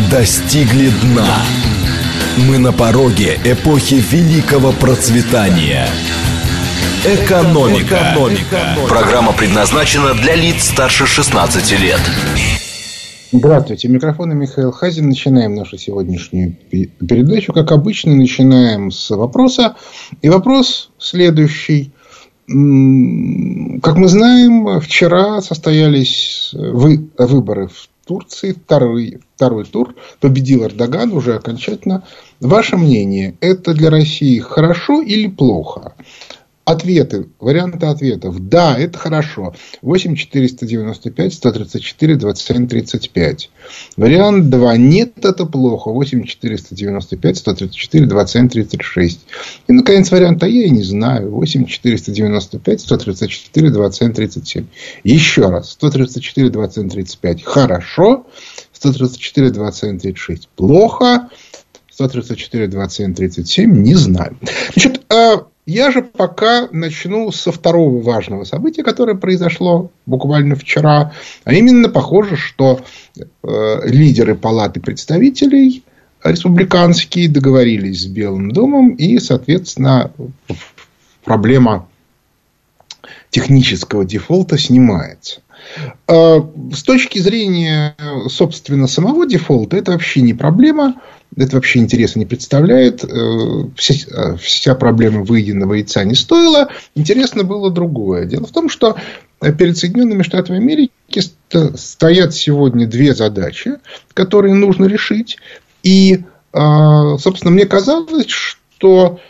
достигли дна. Мы на пороге эпохи великого процветания. Экономика. Программа предназначена для лиц старше 16 лет. Здравствуйте, у микрофона Михаил Хазин. Начинаем нашу сегодняшнюю передачу. Как обычно, начинаем с вопроса. И вопрос следующий. Как мы знаем, вчера состоялись выборы в Турции. Второй тур. Победил Эрдоган уже окончательно. Ваше мнение, это для России хорошо или плохо? Ответы, варианты ответов. Да, это хорошо. 8 495 134 27 35. Вариант 2. Нет, это плохо. 8 495 134 27 36. И, наконец, вариант А я и не знаю. 8 495 134 27 37. Еще раз. 134 27 35. Хорошо. 134 27 36. Плохо. 134 27 37. Не знаю. Значит, я же пока начну со второго важного события, которое произошло буквально вчера. А именно, похоже, что лидеры Палаты представителей республиканские договорились с Белым домом. И, соответственно, проблема технического дефолта снимается. С точки зрения, собственно, самого дефолта, это вообще не проблема. Это вообще интереса не представляет. Вся проблема выеденного яйца не стоила. Интересно было другое. Дело в том, что перед Соединенными Штатами Америки стоят сегодня две задачи, которые нужно решить. И, собственно, мне казалось, что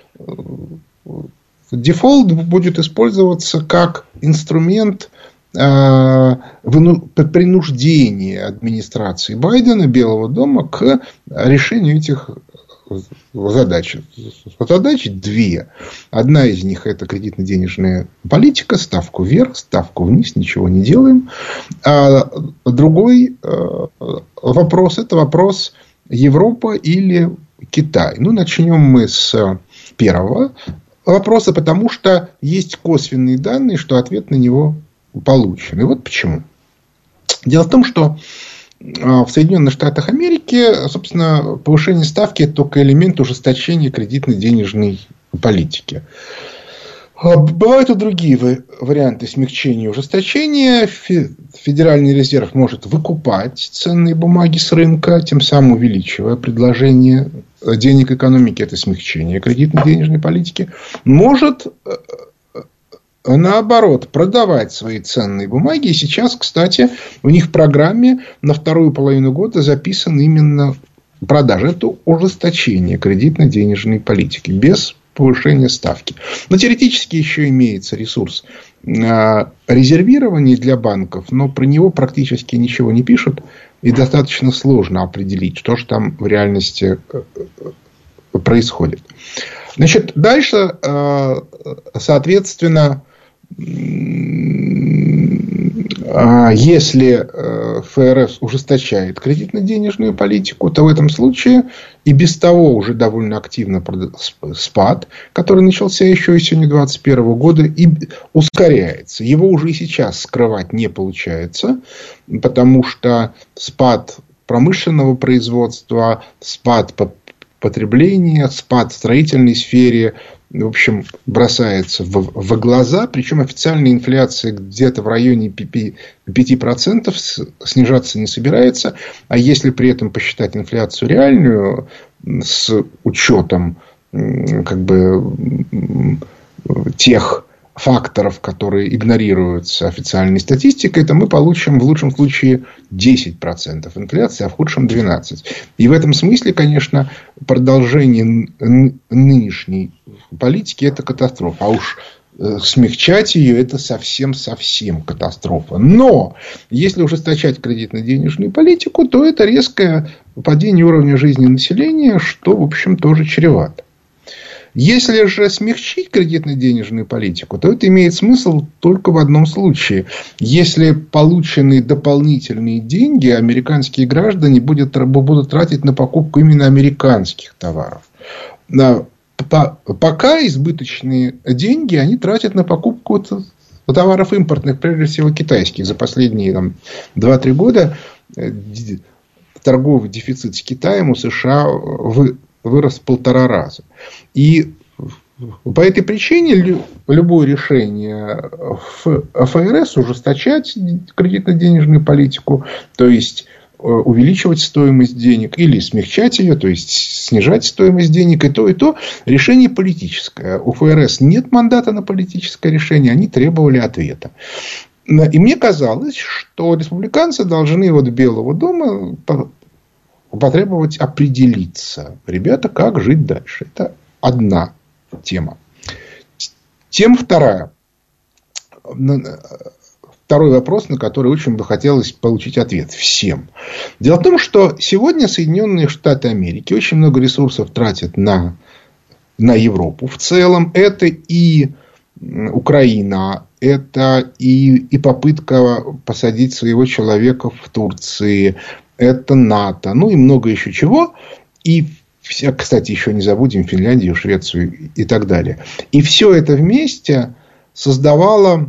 дефолт будет использоваться как инструмент принуждение администрации Байдена, Белого дома, к решению этих задач. Задачи две. Одна из них — это кредитно-денежная политика. Ставку вверх, ставку вниз, ничего не делаем. А другой вопрос — это вопрос Европа или Китай. Начнем мы с первого вопроса, потому что есть косвенные данные, что ответ на него получен. И вот почему. Дело в том, что в Соединенных Штатах Америки, собственно, повышение ставки — это только элемент ужесточения кредитно-денежной политики. Бывают и другие варианты смягчения и ужесточения. Федеральный резерв может выкупать ценные бумаги с рынка, тем самым увеличивая предложение денег экономики. Это смягчение кредитно-денежной политики. Может, наоборот, продавать свои ценные бумаги. И сейчас, кстати, у них в программе на вторую половину года записан именно продажа. Это ужесточение кредитно-денежной политики без повышения ставки. Но теоретически еще имеется ресурс резервирования для банков, но про него практически ничего не пишут. И достаточно сложно определить, что же там в реальности происходит. Значит, дальше, соответственно, если ФРС ужесточает кредитно-денежную политику, то в этом случае и без того уже довольно активно спад, который начался еще осенью 2021 года, и ускоряется. Его уже и сейчас скрывать не получается, потому что спад промышленного производства, спад потребления, спад в строительной сфере, в общем, бросается в глаза. Причем официальная инфляция где-то в районе 5% снижаться не собирается. А если при этом посчитать инфляцию реальную с учетом тех факторов, которые игнорируются официальной статистикой, то мы получим в лучшем случае 10% инфляции, а в худшем 12%. И в этом смысле, конечно, продолжение нынешней политики — это катастрофа. А уж смягчать ее — это совсем катастрофа. Но если ужесточать кредитно-денежную политику, то это резкое падение уровня жизни населения, что, в общем, тоже чревато. Если же смягчить кредитно-денежную политику, то это имеет смысл только в одном случае. Если полученные дополнительные деньги американские граждане будут тратить на покупку именно американских товаров. Пока избыточные деньги они тратят на покупку товаров импортных, прежде всего китайских. За последние 2-3 года торговый дефицит с Китаем у США вырос в 1,5 раза. И по этой причине любое решение ФРС ужесточать кредитно-денежную политику, то есть увеличивать стоимость денег или смягчать ее, то есть снижать стоимость денег, и то решение политическое. У ФРС нет мандата на политическое решение, они требовали ответа. И мне казалось, что республиканцы должны от Белого дома потребовать определиться. Ребята, как жить дальше? Это одна тема. Тема вторая. Второй вопрос, на который очень бы хотелось получить ответ всем. Дело в том, что сегодня Соединенные Штаты Америки очень много ресурсов тратят на Европу в целом. Это и Украина, это и попытка посадить своего человека в Турции, это НАТО, ну и много еще чего. И, кстати, еще не забудем Финляндию, Швецию и так далее. И все это вместе создавало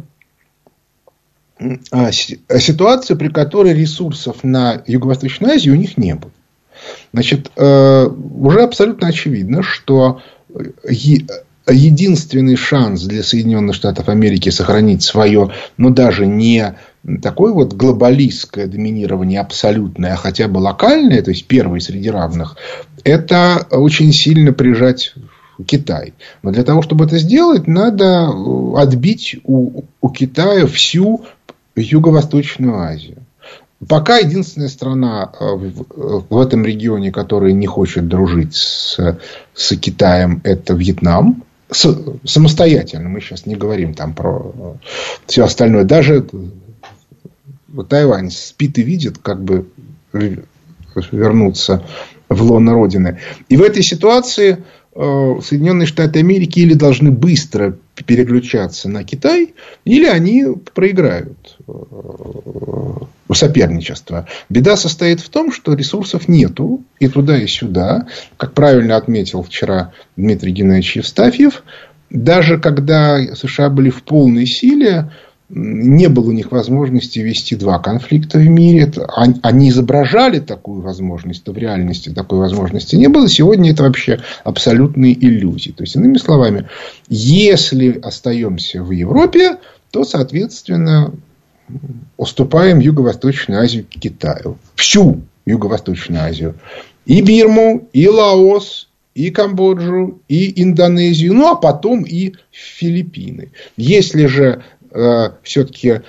ситуацию, при которой ресурсов на Юго-Восточную Азию у них не было. Значит, уже абсолютно очевидно, что единственный шанс для Соединенных Штатов Америки сохранить свое, но даже не такое вот глобалистское доминирование абсолютное, а хотя бы локальное, то есть первый среди равных, это очень сильно прижать Китай. Но для того, чтобы это сделать, надо отбить у Китая всю Юго-Восточную Азию. Пока единственная страна в этом регионе, которая не хочет дружить с Китаем, это Вьетнам. Самостоятельно. Мы сейчас не говорим там про все остальное. Даже Тайвань спит и видит, как бы вернуться в лоно Родины. И в этой ситуации Соединенные Штаты Америки или должны быстро переключаться на Китай, или они проиграют соперничество. Беда состоит в том, что ресурсов нету и туда, и сюда. Как правильно отметил вчера Дмитрий Геннадьевич Евстафьев, даже когда США были в полной силе, не было у них возможности вести два конфликта в мире. Они изображали такую возможность, но в реальности такой возможности не было. Сегодня это вообще абсолютные иллюзии. То есть, иными словами, если остаемся в Европе, то, соответственно, уступаем Юго-Восточную Азию Китаю. Всю Юго-Восточную Азию. И Бирму, и Лаос, и Камбоджу, и Индонезию. Ну, а потом и Филиппины. Если же все-таки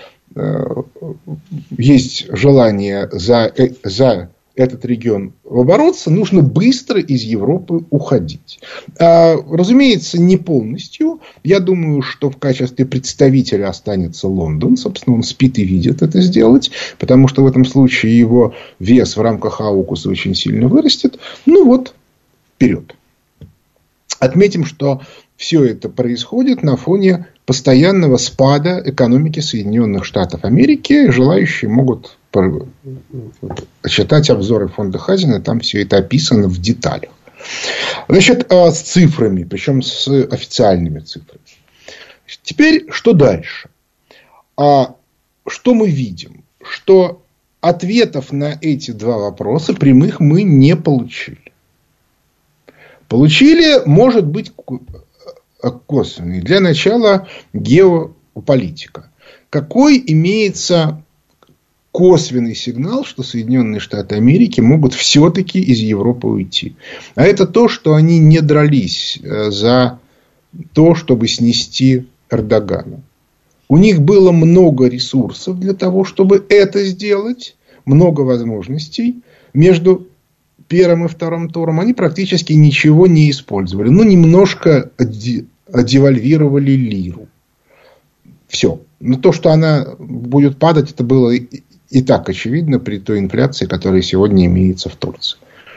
есть желание за этот регион бороться, нужно быстро из Европы уходить. Разумеется, не полностью. Я думаю, что в качестве представителя останется Лондон. Собственно, он спит и видит это сделать. Потому что в этом случае его вес в рамках AUKUS очень сильно вырастет. Ну вот, вперед. Отметим, что все это происходит на фоне постоянного спада экономики Соединенных Штатов Америки. Желающие могут читать обзоры фонда Хазина. Там все это описано в деталях. Значит, с цифрами. Причем с официальными цифрами. Теперь, что дальше? Что мы видим? Что ответов на эти два вопроса прямых мы не получили. Получили, может быть, косвенный. Для начала геополитика. Какой имеется косвенный сигнал, что Соединенные Штаты Америки могут все-таки из Европы уйти? А это то, что они не дрались за то, чтобы снести Эрдогана. У них было много ресурсов для того, чтобы это сделать. Много возможностей. Между первым и вторым туром они практически ничего не использовали. Ну, немножко девальвировали лиру. Все. Но то, что она будет падать, это было и так очевидно при той инфляции, которая сегодня имеется в Турции.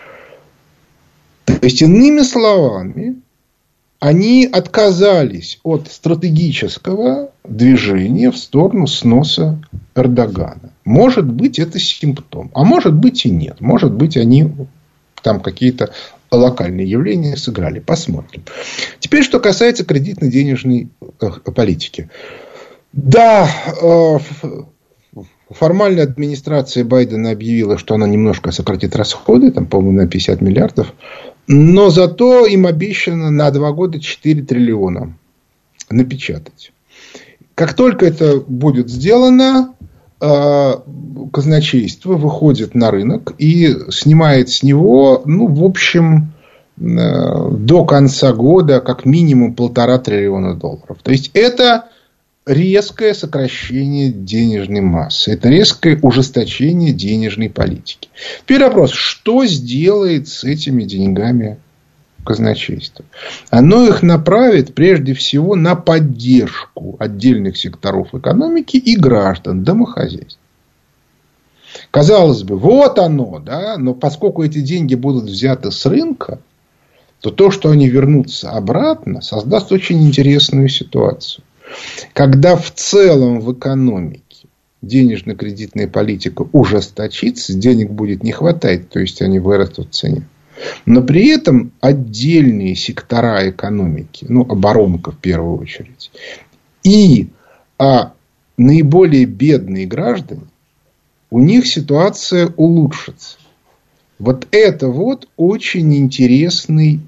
То есть, иными словами, они отказались от стратегического движения в сторону сноса Эрдогана. Может быть, это симптом. А может быть и нет. Может быть, они там какие-то локальные явления сыграли. Посмотрим. Теперь, что касается кредитно-денежной политики. Да, формально администрация Байдена объявила, что она немножко сократит расходы, там, по-моему, на 50 миллиардов. Но зато им обещано на 2 года 4 триллиона напечатать. Как только это будет сделано, казначейство выходит на рынок и снимает с него, в общем, до конца года как минимум $1,5 триллиона. То есть это резкое сокращение денежной массы. Это резкое ужесточение денежной политики. Теперь вопрос, что сделает с этими деньгами казначейство? Оно их направит прежде всего на поддержку отдельных секторов экономики и граждан, домохозяйств. Казалось бы, вот оно, да, но поскольку эти деньги будут взяты с рынка, то, что они вернутся обратно, создаст очень интересную ситуацию. Когда в целом в экономике денежно-кредитная политика ужесточится, денег будет не хватать, то есть они вырастут в цене. Но при этом отдельные сектора экономики, оборонка в первую очередь, и наиболее бедные граждане, у них ситуация улучшится. Вот это очень интересный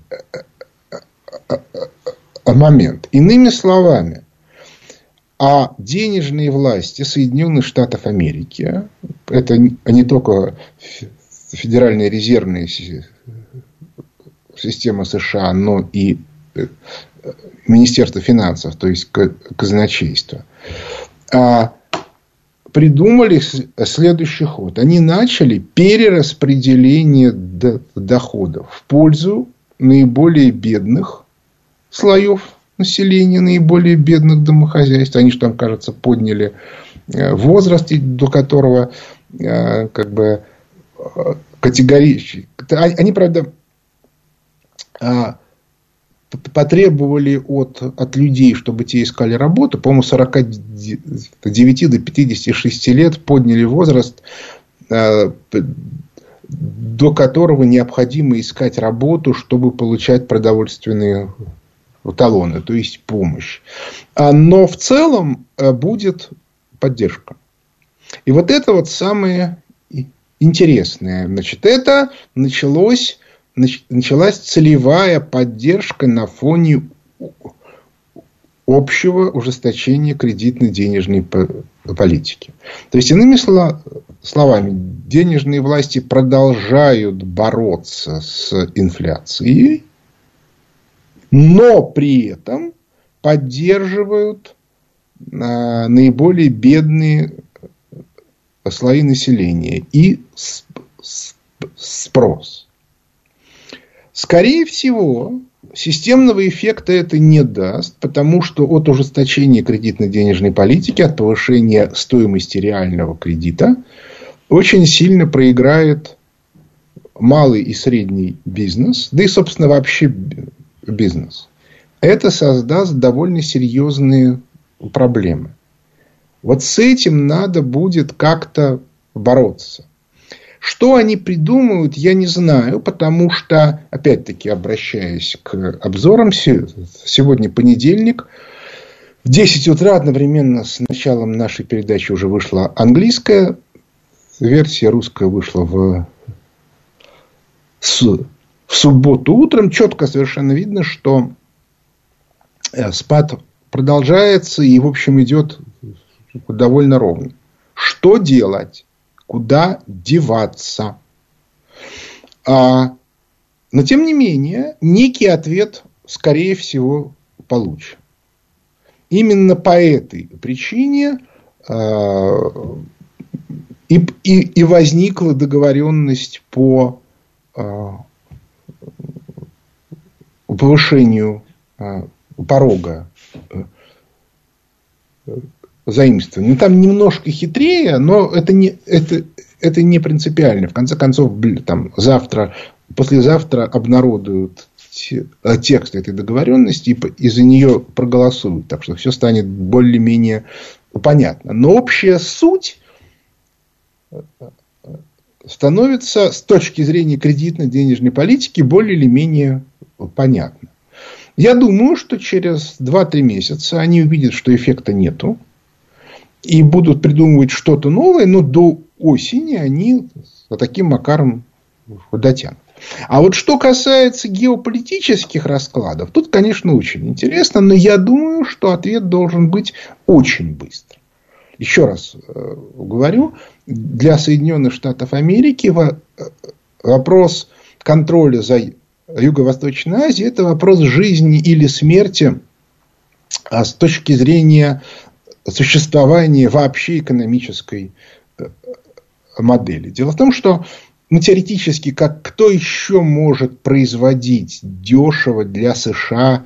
момент. Иными словами, денежные власти Соединенных Штатов Америки, это не только Федеральная резервная система США, но и Министерство финансов, то есть казначейство, придумали следующий ход. Они начали перераспределение доходов в пользу наиболее бедных слоев населения, наиболее бедных домохозяйств. Они же там, кажется, подняли возраст, до которого категорически. Они, правда, потребовали от людей, чтобы те искали работу, по-моему, с 49 до 56 лет подняли возраст, до которого необходимо искать работу, чтобы получать продовольственные талоны, то есть помощь. Но в целом будет поддержка. И вот это самое интересное. Значит, это началась целевая поддержка на фоне общего ужесточения кредитно-денежной политики. То есть, иными словами, денежные власти продолжают бороться с инфляцией, но при этом поддерживают наиболее бедные слои населения и спрос. Скорее всего, системного эффекта это не даст, потому что от ужесточения кредитно-денежной политики, от повышения стоимости реального кредита очень сильно проиграет малый и средний бизнес, да и, собственно, вообще бизнес. Это создаст довольно серьезные проблемы. Вот с этим надо будет как-то бороться. Что они придумают, я не знаю, потому что, опять-таки, обращаясь к обзорам, сегодня понедельник, в 10 утра одновременно с началом нашей передачи уже вышла английская версия, русская вышла в субботу утром. Четко совершенно видно, что спад продолжается и, в общем, идет довольно ровно. Что делать? Куда деваться? Но, тем не менее, некий ответ, скорее всего, получим. Именно по этой причине и возникла договоренность по повышению порога заимствования. Там немножко хитрее, но это не принципиально. В конце концов, послезавтра обнародуют текст этой договоренности и за нее проголосуют. Так что все станет более-менее понятно. Но общая суть становится с точки зрения кредитно-денежной политики более или менее понятна. Я думаю, что через 2-3 месяца они увидят, что эффекта нету. и будут придумывать что-то новое, но до осени они таким макаром дотянут. А вот что касается геополитических раскладов, тут, конечно, очень интересно, но я думаю, что ответ должен быть очень быстро. Еще раз говорю, для Соединенных Штатов Америки вопрос контроля за Юго-Восточной Азией — это вопрос жизни или смерти с точки зрения существования вообще экономической модели. Дело в том, что теоретически, кто еще может производить дешево для США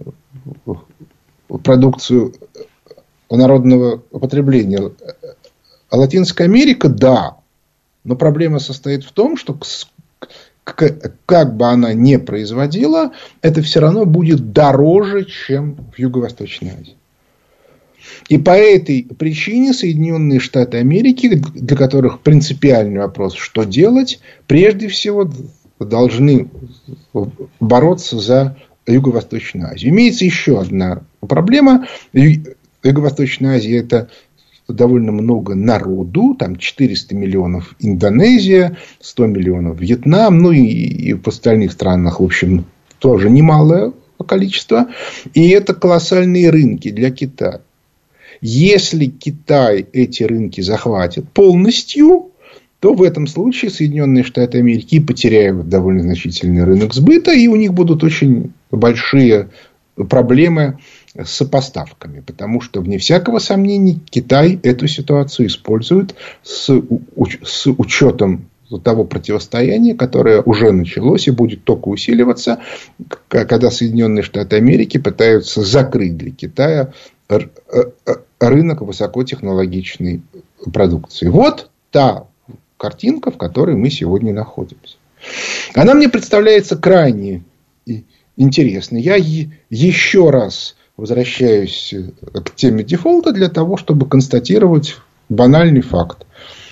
продукцию народного потребления? Латинская Америка, да. Но проблема состоит в том, что как бы она ни производила, это все равно будет дороже, чем в Юго-Восточной Азии. И по этой причине Соединенные Штаты Америки, для которых принципиальный вопрос, что делать, прежде всего должны бороться за Юго-Восточную Азию. Имеется еще одна проблема. Юго-Восточная Азия — это довольно много народу. Там 400 миллионов Индонезия, 100 миллионов Вьетнам. Ну и в остальных странах, в общем, тоже немалое количество. И это колоссальные рынки для Китая. Если Китай эти рынки захватит полностью, то в этом случае Соединенные Штаты Америки потеряют довольно значительный рынок сбыта, и у них будут очень большие проблемы с поставками. Потому что, вне всякого сомнения, Китай эту ситуацию использует с учетом того противостояния, которое уже началось и будет только усиливаться, когда Соединенные Штаты Америки пытаются закрыть для Китая рынок высокотехнологичной продукции. Вот та картинка, в которой мы сегодня находимся. Она мне представляется крайне интересной. Я еще раз возвращаюсь к теме дефолта для того, чтобы констатировать банальный факт.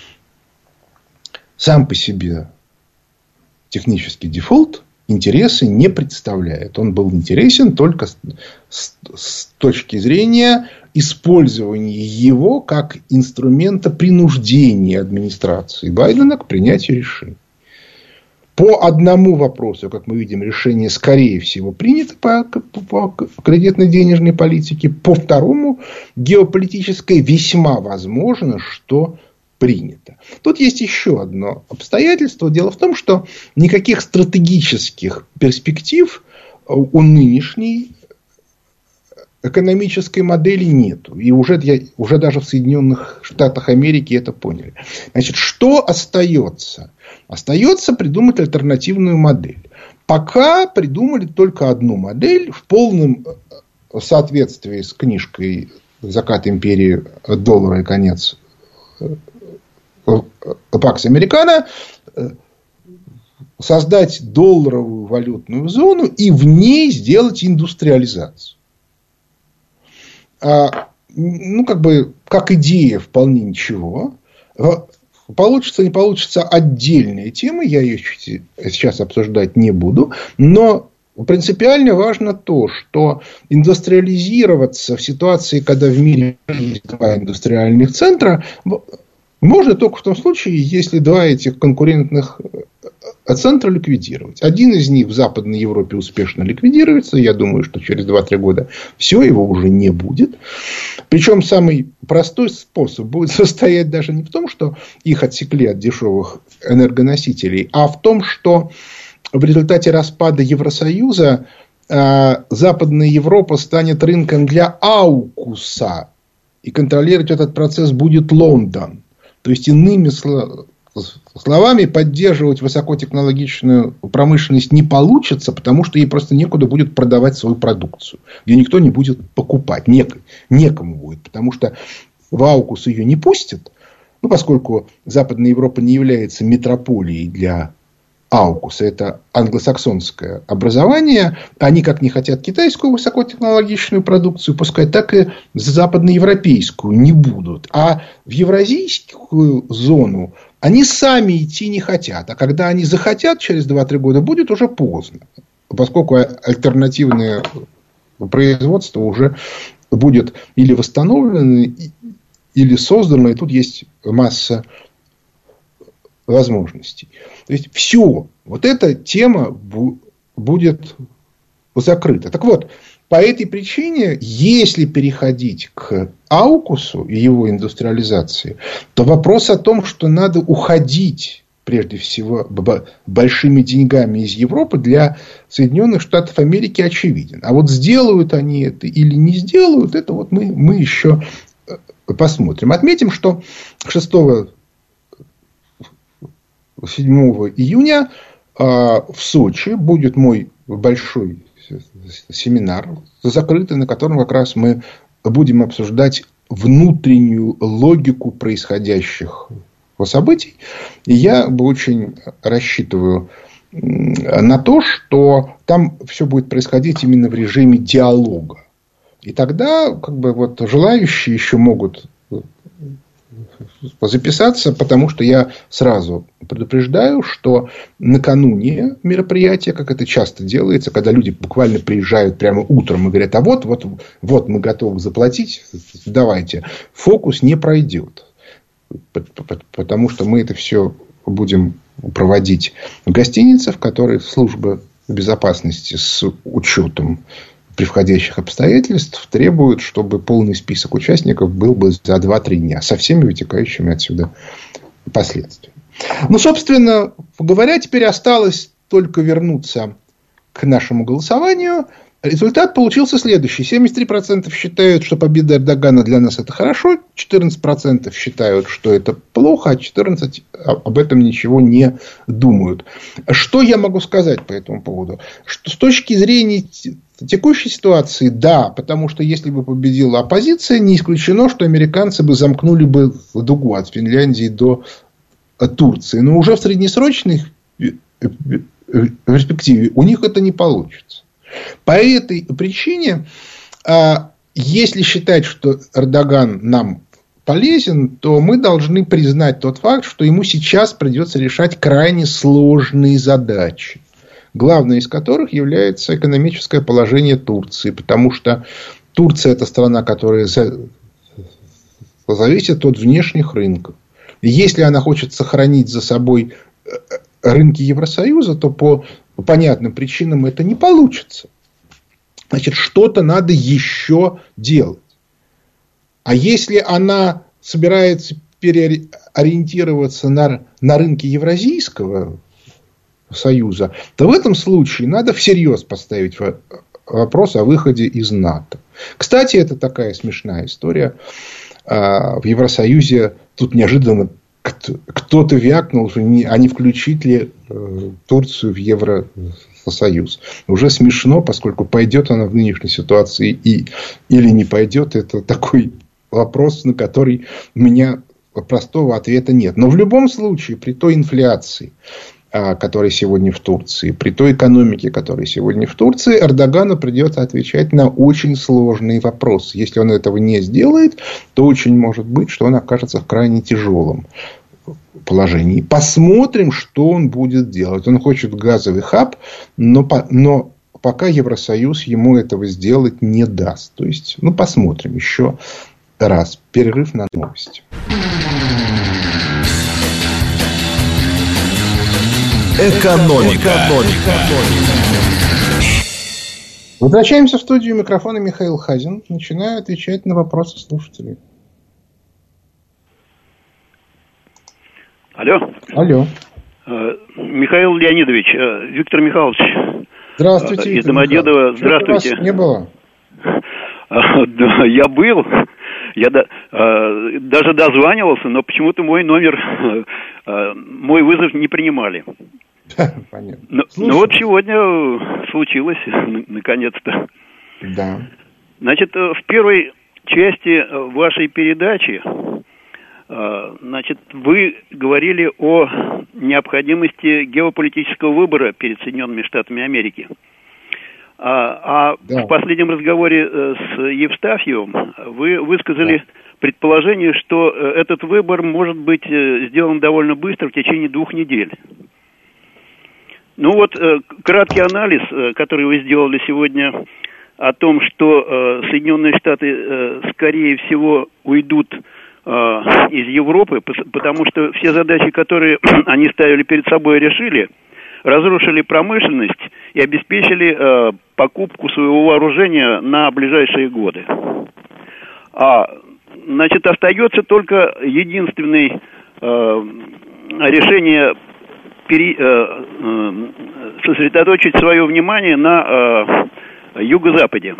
Сам по себе технический дефолт интересы не представляет. Он был интересен только с точки зрения использования его как инструмента принуждения администрации Байдена к принятию решений. По одному вопросу, как мы видим, решение, скорее всего, принято по кредитно-денежной политике. По второму, геополитическое весьма возможно, что принято. Тут есть еще одно обстоятельство. Дело в том, что никаких стратегических перспектив у нынешней экономической модели нету. И уже даже в Соединенных Штатах Америки это поняли. Значит, что остается? Остается придумать альтернативную модель. Пока придумали только одну модель в полном соответствии с книжкой «Закат империи. Доллара и конец Пакс Американо», создать долларовую валютную зону и в ней сделать индустриализацию. Как идея вполне ничего. Получится, не получится — отдельная тема. Я ее сейчас обсуждать не буду. Но принципиально важно то, что индустриализироваться в ситуации, когда в мире есть два индустриальных центра, можно только в том случае, если два этих конкурентных центра ликвидировать. Один из них в Западной Европе успешно ликвидируется. Я думаю, что через 2-3 года все, его уже не будет. Причем самый простой способ будет состоять даже не в том, что их отсекли от дешевых энергоносителей, а в том, что в результате распада Евросоюза Западная Европа станет рынком для аукуса. И контролировать этот процесс будет Лондон. То есть, иными словами, поддерживать высокотехнологичную промышленность не получится, потому что ей просто некуда будет продавать свою продукцию. Ее никто не будет покупать. Некому будет. Потому что в аукус ее не пустят. Поскольку Западная Европа не является метрополией для аукуса. Это англосаксонское образование. Они как не хотят китайскую высокотехнологичную продукцию пускать, так и западноевропейскую не будут. А в евразийскую зону они сами идти не хотят. А когда они захотят через 2-3 года, будет уже поздно. Поскольку альтернативное производство уже будет или восстановлено, или создано, и тут есть масса возможностей. То есть, все, вот эта тема будет закрыта. Так вот, по этой причине, если переходить к аукусу и его индустриализации, то вопрос о том, что надо уходить, прежде всего, большими деньгами из Европы для Соединенных Штатов Америки очевиден. А вот сделают они это или не сделают, это вот мы еще посмотрим. Отметим, что 6-7 июня в Сочи будет мой большой семинар закрытый, на котором как раз мы будем обсуждать внутреннюю логику происходящих событий. И я бы очень рассчитываю на то, что там все будет происходить именно в режиме диалога. И тогда вот желающие еще могут записаться, потому что я сразу предупреждаю, что накануне мероприятия, как это часто делается, когда люди буквально приезжают прямо утром и говорят, а вот мы готовы заплатить, давайте, фокус не пройдет. Потому что мы это все будем проводить в гостинице, в которой служба безопасности с учетом превходящих обстоятельств требует, чтобы полный список участников был бы за 2-3 дня. Со всеми вытекающими отсюда последствиями. Собственно говоря, теперь осталось только вернуться к нашему голосованию. Результат получился следующий. 73% считают, что победа Эрдогана для нас это хорошо. 14% считают, что это плохо. А 14% об этом ничего не думают. Что я могу сказать по этому поводу? Что с точки зрения текущей ситуации, да. Потому что если бы победила оппозиция, не исключено, что американцы бы замкнули бы дугу от Финляндии до Турции. Но уже в среднесрочной перспективе у них это не получится. По этой причине, если считать, что Эрдоган нам полезен, то мы должны признать тот факт, что ему сейчас придется решать крайне сложные задачи. Главной из которых является экономическое положение Турции. Потому что Турция – это страна, которая зависит от внешних рынков. И если она хочет сохранить за собой рынки Евросоюза, то по понятным причинам это не получится. Значит, что-то надо еще делать. А если она собирается переориентироваться на рынки Евразийского союза, то в этом случае надо всерьез поставить вопрос о выходе из НАТО. Кстати, это такая смешная история. В Евросоюзе тут неожиданно кто-то вякнул, а не включить ли Турцию в Евросоюз. Уже смешно, поскольку пойдет она в нынешней ситуации или не пойдет. Это такой вопрос, на который у меня простого ответа нет. Но в любом случае, при той инфляции, которая сегодня в Турции, при той экономике, которая сегодня в Турции, Эрдогану придется отвечать на очень сложные вопросы. Если он этого не сделает, то очень может быть, что он окажется в крайне тяжелом положении. Посмотрим, что он будет делать. Он хочет газовый хаб, но пока Евросоюз ему этого сделать не даст. То есть, посмотрим еще раз. Перерыв на новости. Экономика. Возвращаемся в студию. Микрофона Михаил Хазин. Начинаю отвечать на вопросы слушателей. Алло. Михаил Леонидович, Виктор Михайлович. Здравствуйте. Из Домодедово. Здравствуйте. Вас не было? Да, я был. Я даже дозванивался, но почему-то мой номер, мой вызов не принимали. Понятно. Ну вот сегодня случилось, наконец-то. Да. Значит, в первой части вашей передачи, значит, вы говорили о необходимости геополитического выбора перед Соединенными Штатами Америки. Да. В последнем разговоре с Евстафьевым вы высказали предположение, что этот выбор может быть сделан довольно быстро, в течение 2 недель. Ну вот, краткий анализ, который вы сделали сегодня о том, что Соединенные Штаты, скорее всего, уйдут из Европы, потому что все задачи, которые они ставили перед собой, решили, разрушили промышленность и обеспечили покупку своего вооружения на ближайшие годы. Значит, остается только единственное решение сосредоточить свое внимание на юго-западе.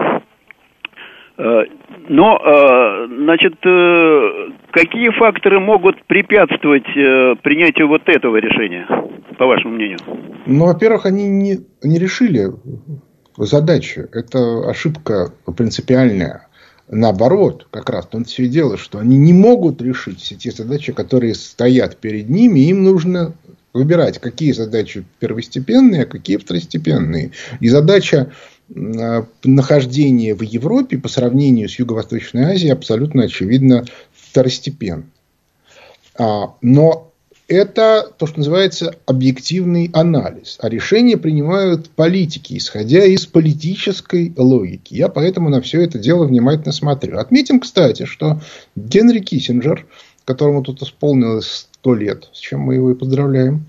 Но, значит, какие факторы могут препятствовать принятию вот этого решения, по вашему мнению? Ну, во-первых, они не решили задачу. Это ошибка принципиальная. Наоборот, как раз в том все и дело, что они не могут решить все те задачи, которые стоят перед ними. Им нужно выбирать, какие задачи первостепенные, а какие второстепенные. И задача нахождения в Европе по сравнению с Юго-Восточной Азией абсолютно очевидно второстепенна. Но это то, что называется объективный анализ. А решения принимают политики, исходя из политической логики. Я поэтому на все это дело внимательно смотрю. Отметим, кстати, что Генри Киссинджер, которому тут исполнилось 100 лет, с чем мы его и поздравляем,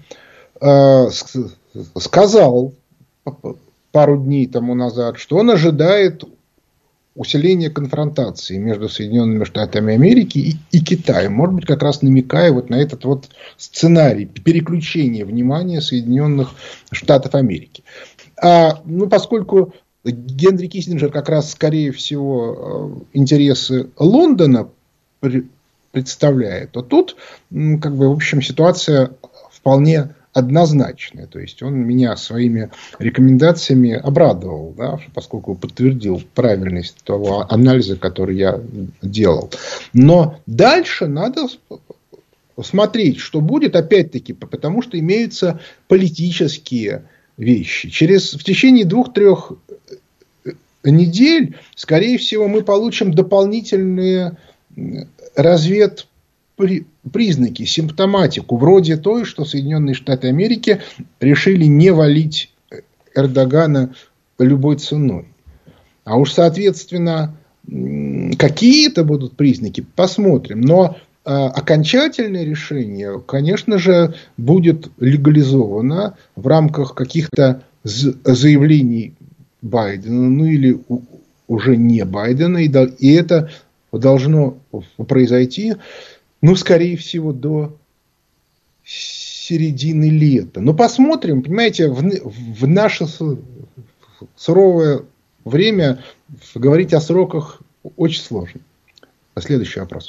сказал пару дней тому назад, что он ожидает усиления конфронтации между Соединенными Штатами Америки и Китаем. Может быть, как раз намекая вот на этот вот сценарий переключения внимания Соединенных Штатов Америки. Поскольку Генри Киссинджер как раз, скорее всего, интересы Лондона представляет, то тут, в общем, ситуация вполне однозначная. То есть, он меня своими рекомендациями обрадовал, да, поскольку подтвердил правильность того анализа, который я делал. Но дальше надо смотреть, что будет, опять-таки, потому что имеются политические вещи. В течение 2-3 недель, скорее всего, мы получим дополнительные признаки, симптоматику, вроде той, что Соединенные Штаты Америки решили не валить Эрдогана любой ценой. А уж, соответственно, какие это будут признаки, посмотрим. Но окончательное решение, конечно же, будет легализовано в рамках каких-то заявлений Байдена, или уже не Байдена, и это должно произойти, скорее всего, до середины лета. Но посмотрим, понимаете, в наше суровое время говорить о сроках очень сложно. Следующий вопрос.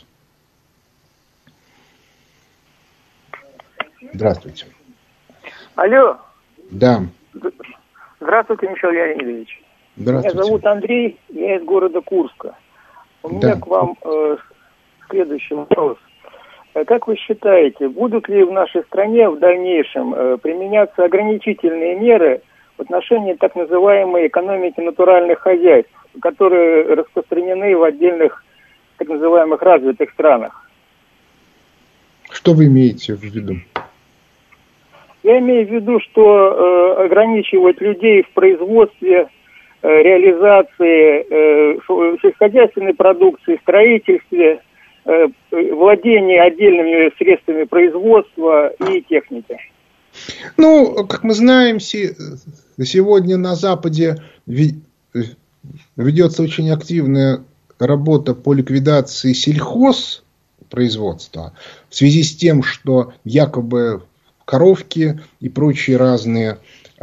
Здравствуйте. Алло. Да. Здравствуйте, Михаил Леонидович. Здравствуйте. Меня зовут Андрей, я из города Курска. У меня к вам следующий вопрос. Как вы считаете, будут ли в нашей стране в дальнейшем применяться ограничительные меры в отношении так называемой экономики натуральных хозяйств, которые распространены в отдельных так называемых развитых странах? Что вы имеете в виду? Я имею в виду, что ограничивать людей в производстве, реализации сельскохозяйственной продукции, строительстве, владении отдельными средствами производства и техники. Как мы знаем, сегодня на Западе ведется очень активная работа по ликвидации сельхозпроизводства в связи с тем, что якобы коровки и прочие разные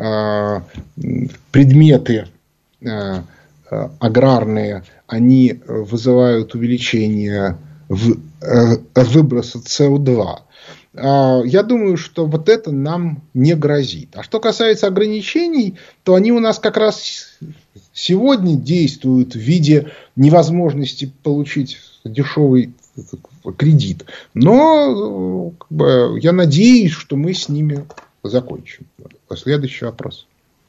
предметы аграрные, они вызывают увеличение выброса СО2. Я думаю, что вот это нам не грозит. А что касается ограничений, то они у нас как раз сегодня действуют в виде невозможности получить дешевый кредит. Но я надеюсь, что мы с ними закончим. Следующий вопрос.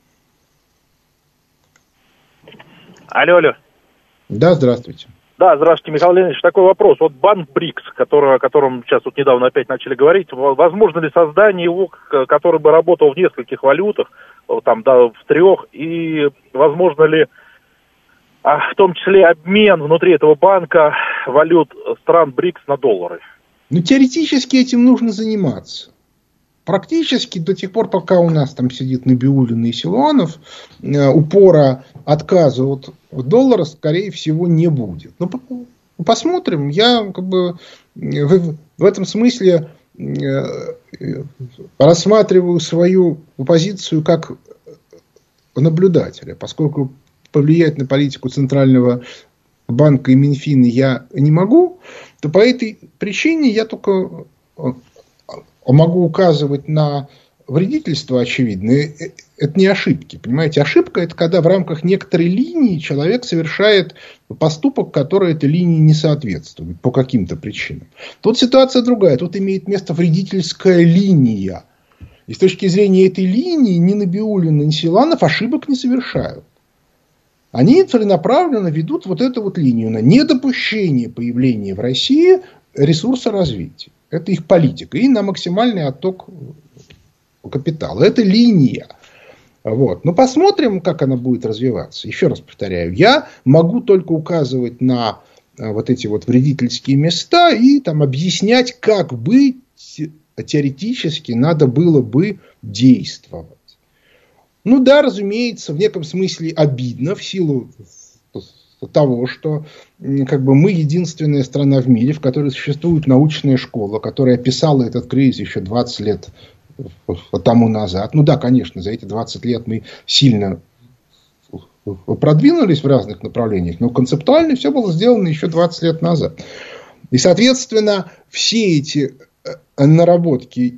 Алло. Да, здравствуйте. Да, здравствуйте, Михаил Леонидович. Такой вопрос. Вот банк БРИКС, о котором сейчас недавно опять начали говорить, возможно ли создание его, который бы работал в нескольких валютах, в 3, и возможно ли в том числе обмен внутри этого банка валют стран БРИКС на доллары? Ну, теоретически этим нужно заниматься. Практически до тех пор, пока у нас там сидит Набиуллин и Силуанов, упора отказа от доллара, скорее всего, не будет. Ну, посмотрим. Я как бы в этом смысле рассматриваю свою позицию как наблюдателя, поскольку повлиять на политику Центрального банка и Минфина я не могу, то по этой причине я только могу указывать на вредительство очевидное. Это не ошибки, понимаете? Ошибка – это когда в рамках некоторой линии человек совершает поступок, который этой линии не соответствует по каким-то причинам. Тут ситуация другая. Тут имеет место вредительская линия. И с точки зрения этой линии ни Набиуллин, ни Силуанов ошибок не совершают. Они целенаправленно ведут вот эту вот линию на недопущение появления в России ресурса развития. Это их политика. И на максимальный отток капитала. Это линия. Вот. Но посмотрим, как она будет развиваться. Еще раз повторяю. Я могу только указывать на вот эти вот вредительские места и там объяснять, как бы теоретически надо было бы действовать. Ну да, разумеется, в неком смысле обидно в силу того, что как бы мы единственная страна в мире, в которой существует научная школа, которая описала этот кризис еще 20 лет тому назад. Ну да, конечно, за эти 20 лет мы сильно продвинулись в разных направлениях, но концептуально все было сделано еще 20 лет назад. И, соответственно, все эти наработки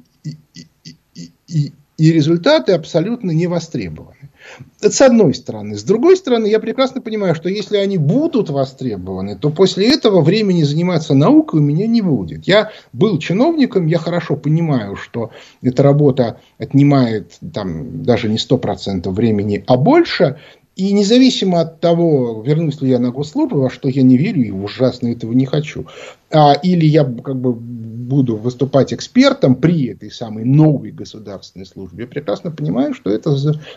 и результаты абсолютно не востребованы. Это с одной стороны. С другой стороны, я прекрасно понимаю, что если они будут востребованы, то после этого времени заниматься наукой у меня не будет. Я был чиновником, я хорошо понимаю, что эта работа отнимает там, даже не 100% времени, а больше. И независимо от того, вернусь ли я на госслужбу, во что я не верю и ужасно этого не хочу, или я как бы буду выступать экспертом при этой самой новой государственной службе, я прекрасно понимаю, что это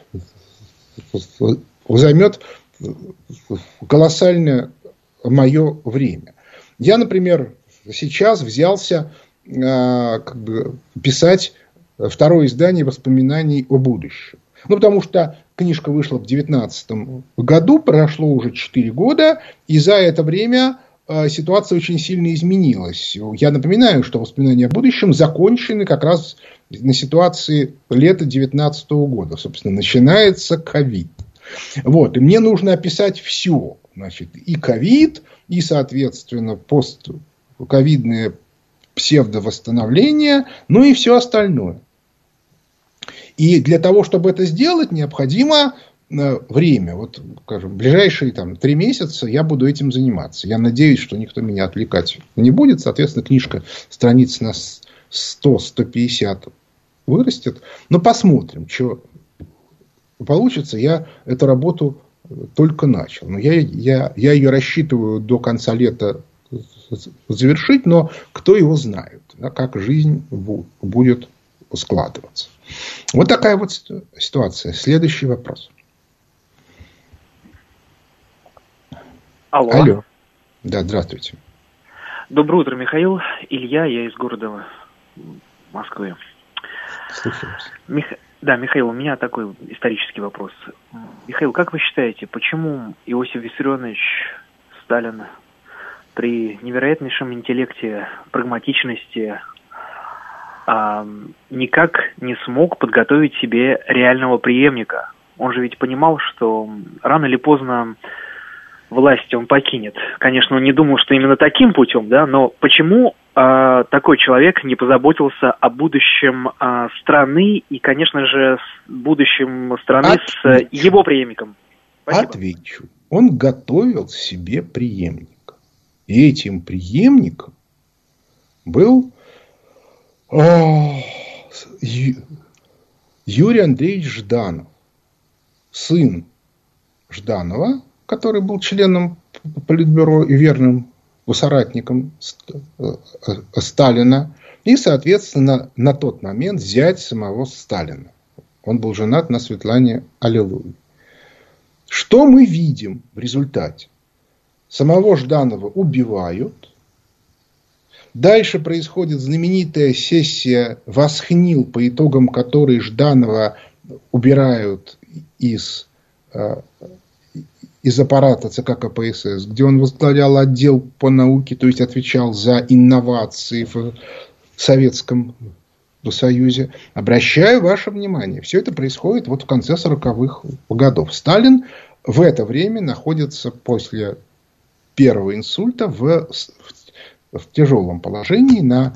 займет колоссальное мое время. Я, например, сейчас взялся как бы писать второе издание воспоминаний о будущем. Ну, потому что книжка вышла в 2019 году, прошло уже 4 года, и за это время ситуация очень сильно изменилась. Я напоминаю, что воспоминания о будущем закончены как раз на ситуации лета 2019 года. Собственно, начинается ковид. Вот, и мне нужно описать все. Значит, и ковид, и, соответственно, постковидное псевдовосстановление, ну и все остальное. И для того, чтобы это сделать, необходимо время. Вот, скажем, ближайшие 3 месяца я буду этим заниматься. Я надеюсь, что никто меня отвлекать не будет. Соответственно, книжка страниц на 100-150 вырастет. Но посмотрим, что получится. Я эту работу только начал. Но я ее рассчитываю до конца лета завершить. Но кто его знает, как жизнь будет складываться. Вот такая вот ситуация. Следующий вопрос. Алло. Да, здравствуйте. Доброе утро, Михаил. Илья, я из города Москвы. Слушаю. Да, Михаил, у меня такой исторический вопрос. Михаил, как вы считаете, почему Иосиф Виссарионович Сталин при невероятнейшем интеллекте, прагматичности никак не смог подготовить себе реального преемника? Он же ведь понимал, что рано или поздно власть он покинет. Конечно, он не думал, что именно таким путем, да, но почему такой человек не позаботился о будущем страны и, конечно же, будущем страны с его преемником? Спасибо. Отвечу. Он готовил себе преемника. И этим преемником был Юрий Андреевич Жданов, сын Жданова, который был членом Политбюро и верным соратником Сталина, и, соответственно, на тот момент зять самого Сталина. Он был женат на Светлане Аллилуевой. Что мы видим в результате? Самого Жданова убивают. Дальше происходит знаменитая сессия Восхнил, по итогам которой Жданова убирают из аппарата ЦК КПСС, где он возглавлял отдел по науке, то есть отвечал за инновации в Советском Союзе. Обращаю ваше внимание, все это происходит вот в конце 40-х годов. Сталин в это время находится после первого инсульта в тяжелом положении, на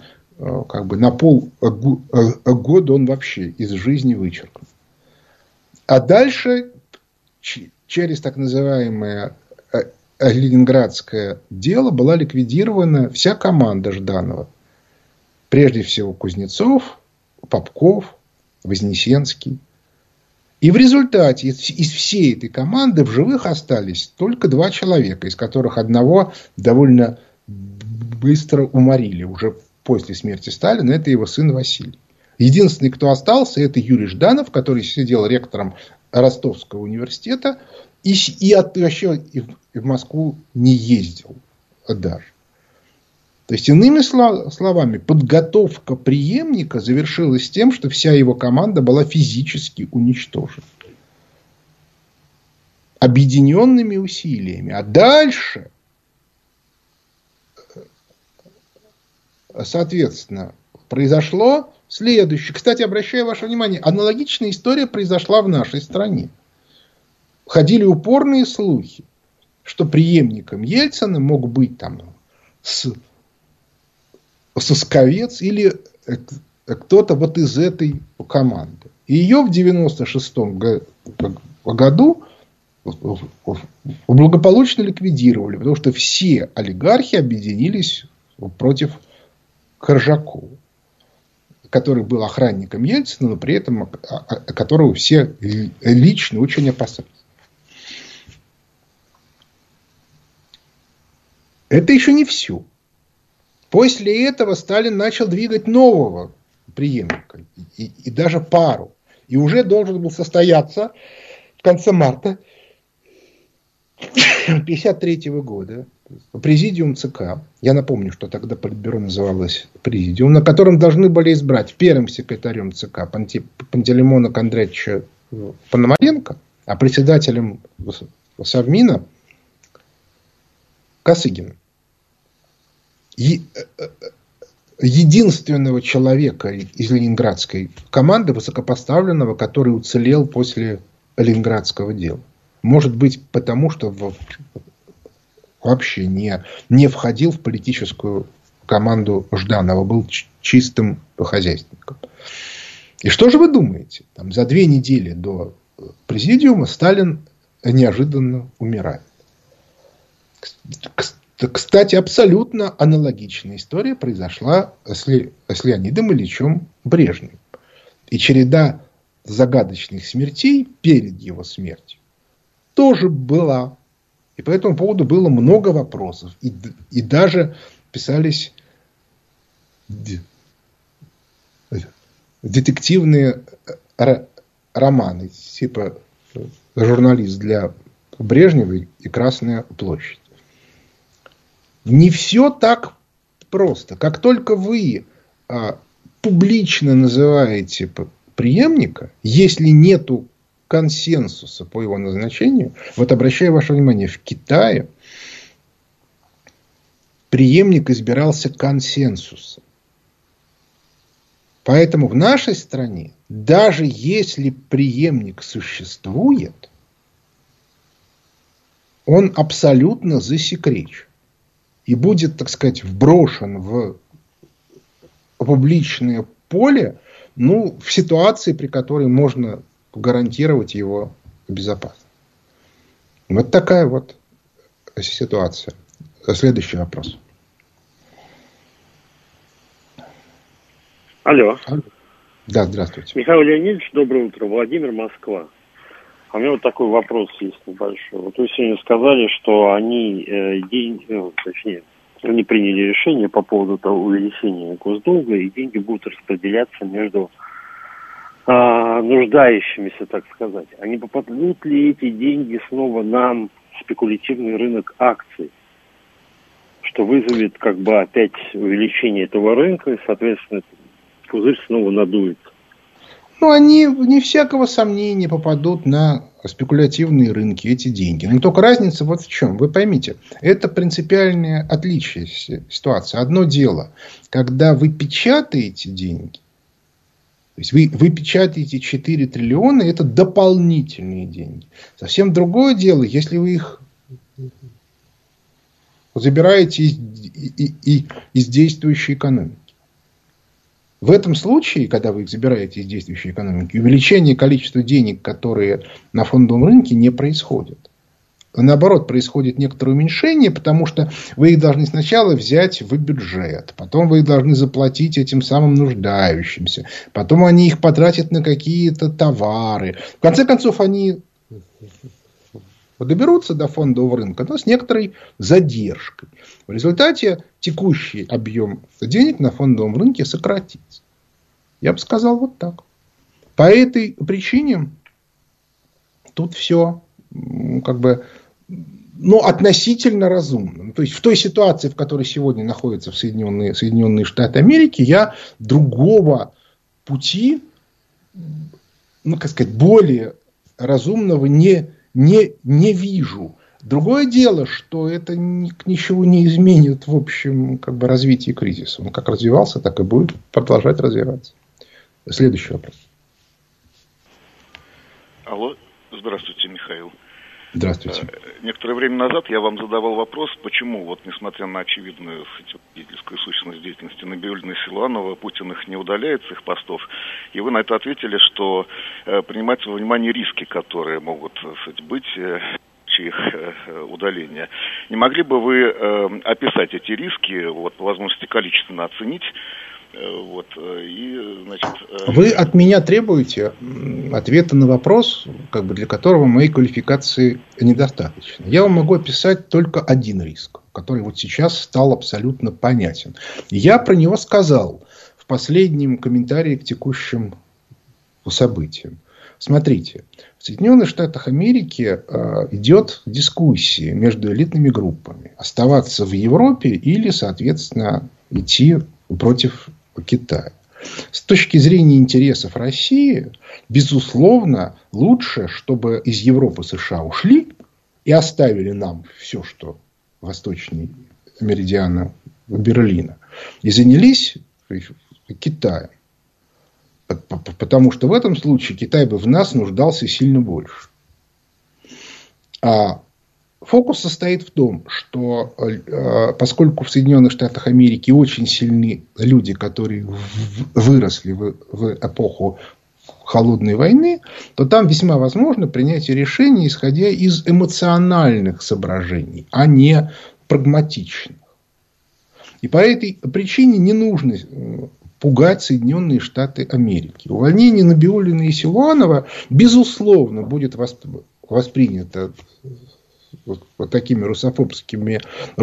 полгода он вообще из жизни вычеркнут. А дальше через так называемое Ленинградское дело была ликвидирована вся команда Жданова. Прежде всего Кузнецов, Попков, Вознесенский. И в результате из всей этой команды в живых остались только 2 человека, из которых одного довольно быстро уморили уже после смерти Сталина. Это его сын Василий. Единственный, кто остался, это Юрий Жданов, который сидел ректором Ростовского университета и вообще в Москву не ездил даже. То есть, иными словами, подготовка преемника завершилась тем, что вся его команда была физически уничтожена. Объединенными усилиями. А дальше, соответственно, произошло следующее. Кстати, обращаю ваше внимание, аналогичная история произошла в нашей стране. Ходили упорные слухи, что преемником Ельцина мог быть там Сосковец или кто-то вот из этой команды. И ее в 96-м году благополучно ликвидировали, потому что все олигархи объединились против Коржакова, который был охранником Ельцина, но при этом которого все лично очень опасались. Это еще не все. После этого Сталин начал двигать нового преемника. И даже пару. И уже должен был состояться в конце марта 1953 года президиум ЦК. Я напомню, что тогда Политбюро называлось президиум, на котором должны были избрать первым секретарем ЦК Пантелеймона Кондратьевича Пономаренко, а председателем Совмина Косыгина. Единственного человека из ленинградской команды, высокопоставленного, который уцелел после Ленинградского дела. Может быть, потому что вообще не входил в политическую команду Жданова, был чистым хозяйственником. И что же вы думаете? Там, за 2 недели до президиума Сталин неожиданно умирает. Кстати, абсолютно аналогичная история произошла с Леонидом Ильичем Брежневым. И череда загадочных смертей перед его смертью тоже была. И по этому поводу было много вопросов. И даже писались детективные романы, типа «Журналист для Брежнева» и «Красная площадь». Не все так просто. Как только вы публично называете преемника, если нету консенсуса по его назначению, вот обращаю ваше внимание, в Китае преемник избирался консенсусом. Поэтому в нашей стране, даже если преемник существует, он абсолютно засекречен. И будет, так сказать, вброшен в публичное поле, в ситуации, при которой можно гарантировать его безопасность. Вот такая вот ситуация. Следующий вопрос. Алло. Да, здравствуйте. Михаил Леонидович, доброе утро. Владимир, Москва. А у меня вот такой вопрос есть небольшой. Вот вы сегодня сказали, что они они приняли решение по поводу того увеличения госдолга, и деньги будут распределяться между нуждающимися, так сказать, а не попадут ли эти деньги снова на спекулятивный рынок акций, что вызовет как бы опять увеличение этого рынка, и, соответственно, пузырь снова надуется? Ну, они, вне всякого сомнения, попадут на спекулятивные рынки, эти деньги. Но только разница вот в чем. Вы поймите, это принципиальное отличие ситуации. Одно дело, когда вы печатаете деньги, то есть вы печатаете 4 триллиона, это дополнительные деньги. Совсем другое дело, если вы их забираете из действующей экономики. В этом случае, когда вы их забираете из действующей экономики, увеличение количества денег, которые на фондовом рынке, не происходит. Наоборот, происходит некоторое уменьшение, потому что вы их должны сначала взять в бюджет, потом вы их должны заплатить этим самым нуждающимся, потом они их потратят на какие-то товары. В конце концов, они доберутся до фондового рынка, но с некоторой задержкой. В результате текущий объем денег на фондовом рынке сократится. Я бы сказал вот так. По этой причине тут все как бы относительно разумно. То есть в той ситуации, в которой сегодня находятся Соединенные Штаты Америки, я другого пути, более разумного не вижу. Другое дело, что это ничего не изменит в общем развитии кризиса. Он как развивался, так и будет продолжать развиваться. Следующий вопрос. Алло, здравствуйте, Михаил. Здравствуйте. Некоторое время назад я вам задавал вопрос, почему, несмотря на очевидную деятельскую сущность деятельности Набиуллиной и Силуанова, Путин их не удаляет с их постов. И вы на это ответили, что принимать во внимание риски, которые могут быть их удаления. Не могли бы вы описать эти риски, по возможности количественно оценить? Вы от меня требуете ответа на вопрос, для которого моей квалификации недостаточно. Я вам могу описать только один риск, который сейчас стал абсолютно понятен. Я про него сказал в последнем комментарии к текущим событиям. Смотрите, в Соединенных Штатах Америки идет дискуссия между элитными группами. Оставаться в Европе или, соответственно, идти против Китая. С точки зрения интересов России, безусловно, лучше, чтобы из Европы США ушли и оставили нам все, что восточнее меридиана Берлина, и занялись Китаем. Потому что в этом случае Китай бы в нас нуждался сильно больше. А фокус состоит в том, что поскольку в Соединенных Штатах Америки очень сильны люди, которые выросли в эпоху холодной войны, то там весьма возможно принятие решений, исходя из эмоциональных соображений, а не прагматичных. И по этой причине не нужно пугать Соединенные Штаты Америки. Увольнение Набиуллиной и Силуанова, безусловно, будет воспринято такими русофобскими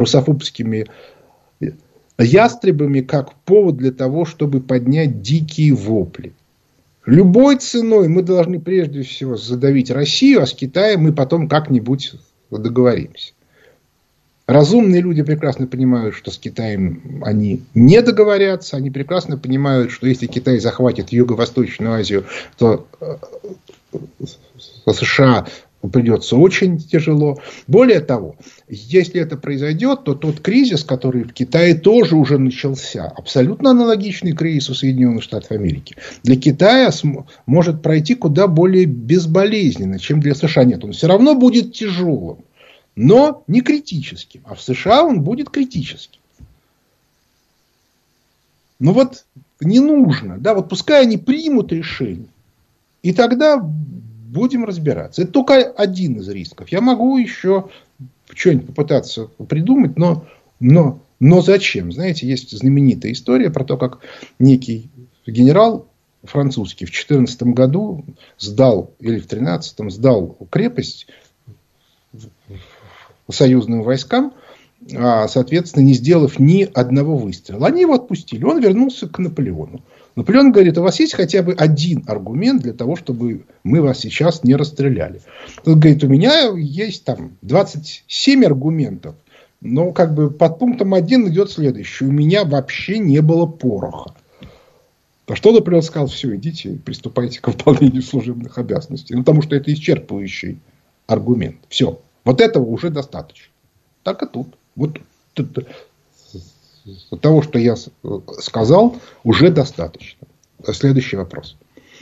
ястребами, как повод для того, чтобы поднять дикие вопли. Любой ценой мы должны прежде всего задавить Россию, а с Китаем мы потом как-нибудь договоримся. Разумные люди прекрасно понимают, что с Китаем они не договорятся. Они прекрасно понимают, что если Китай захватит Юго-Восточную Азию, то США придется очень тяжело. Более того, если это произойдет, то тот кризис, который в Китае тоже уже начался, абсолютно аналогичный кризису Соединенных Штатов Америки, для Китая может пройти куда более безболезненно, чем для США. Нет, он все равно будет тяжелым, но не критическим. А в США он будет критическим. Не нужно. Пускай они примут решение. И тогда будем разбираться. Это только один из рисков. Я могу еще что-нибудь попытаться придумать, но зачем? Знаете, есть знаменитая история про то, как некий генерал французский в 2014 году сдал, или в 2013 сдал крепость союзным войскам, соответственно, не сделав ни одного выстрела. Они его отпустили. Он вернулся к Наполеону. Наполеон говорит, у вас есть хотя бы один аргумент для того, чтобы мы вас сейчас не расстреляли. Он говорит, у меня есть там 27 аргументов, но как бы под пунктом 1 идет следующий. У меня вообще не было пороха. А что Наполеон сказал? Все, идите, приступайте к выполнению служебных обязанностей. Ну, потому что это исчерпывающий аргумент. Все. Вот этого уже достаточно. Так и тут. Вот того, что я сказал, уже достаточно. Следующий вопрос.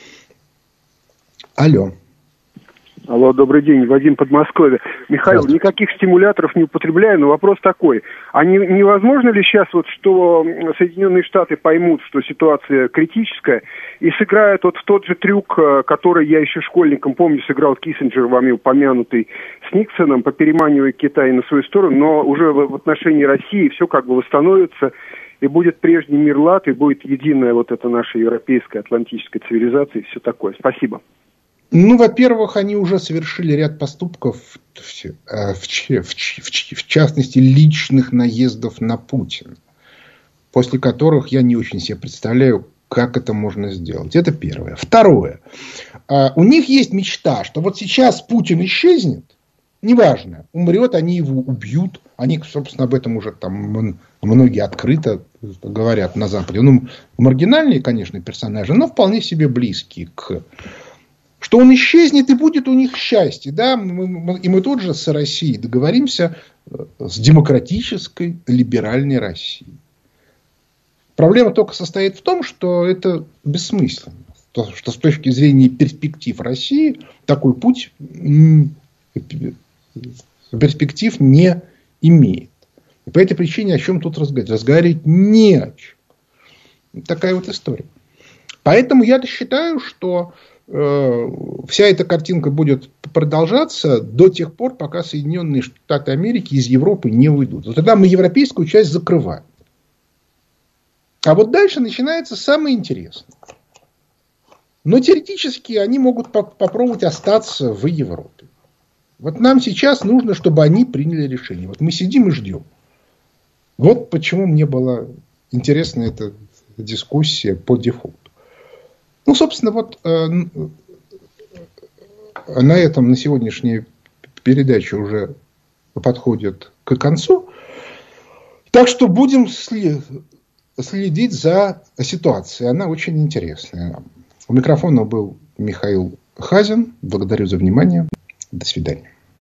Алло. Алло, добрый день, Вадим, Подмосковье. Михаил, никаких стимуляторов не употребляю, но вопрос такой. А невозможно ли сейчас, вот, что Соединенные Штаты поймут, что ситуация критическая, и сыграют вот в тот же трюк, который я еще школьником помню, сыграл Киссинджер, вами упомянутый, с Никсоном, попереманивая Китай на свою сторону, но уже в отношении России все как бы восстановится, и будет прежний мир лад, и будет единая вот эта наша европейская, атлантическая цивилизация, и все такое. Спасибо. Ну, во-первых, они уже совершили ряд поступков, в частности, личных наездов на Путина, после которых я не очень себе представляю, как это можно сделать. Это первое. Второе. У них есть мечта, что вот сейчас Путин исчезнет, неважно, умрет, они его убьют. Они, собственно, об этом уже там многие открыто говорят на Западе. Ну, маргинальные, конечно, персонажи, но вполне себе близкие к... Что он исчезнет и будет у них счастье. Да? Мы тут же с Россией договоримся с демократической, либеральной Россией. Проблема только состоит в том, что это бессмысленно. Что с точки зрения перспектив России такой путь перспектив не имеет. И по этой причине о чем тут разговаривать? Разговаривать не о чем. Такая вот история. Поэтому я считаю, что вся эта картинка будет продолжаться до тех пор, пока Соединенные Штаты Америки из Европы не уйдут. Вот тогда мы европейскую часть закрываем. А вот дальше начинается самое интересное. Но теоретически они могут попробовать остаться в Европе. Вот нам сейчас нужно, чтобы они приняли решение. Вот мы сидим и ждем. Вот почему мне была интересна эта дискуссия по дефолту. Ну, собственно, вот на этом на сегодняшняя передача уже подходит к концу. Так что будем следить за ситуацией. Она очень интересная. У микрофона был Михаил Хазин. Благодарю за внимание. До свидания.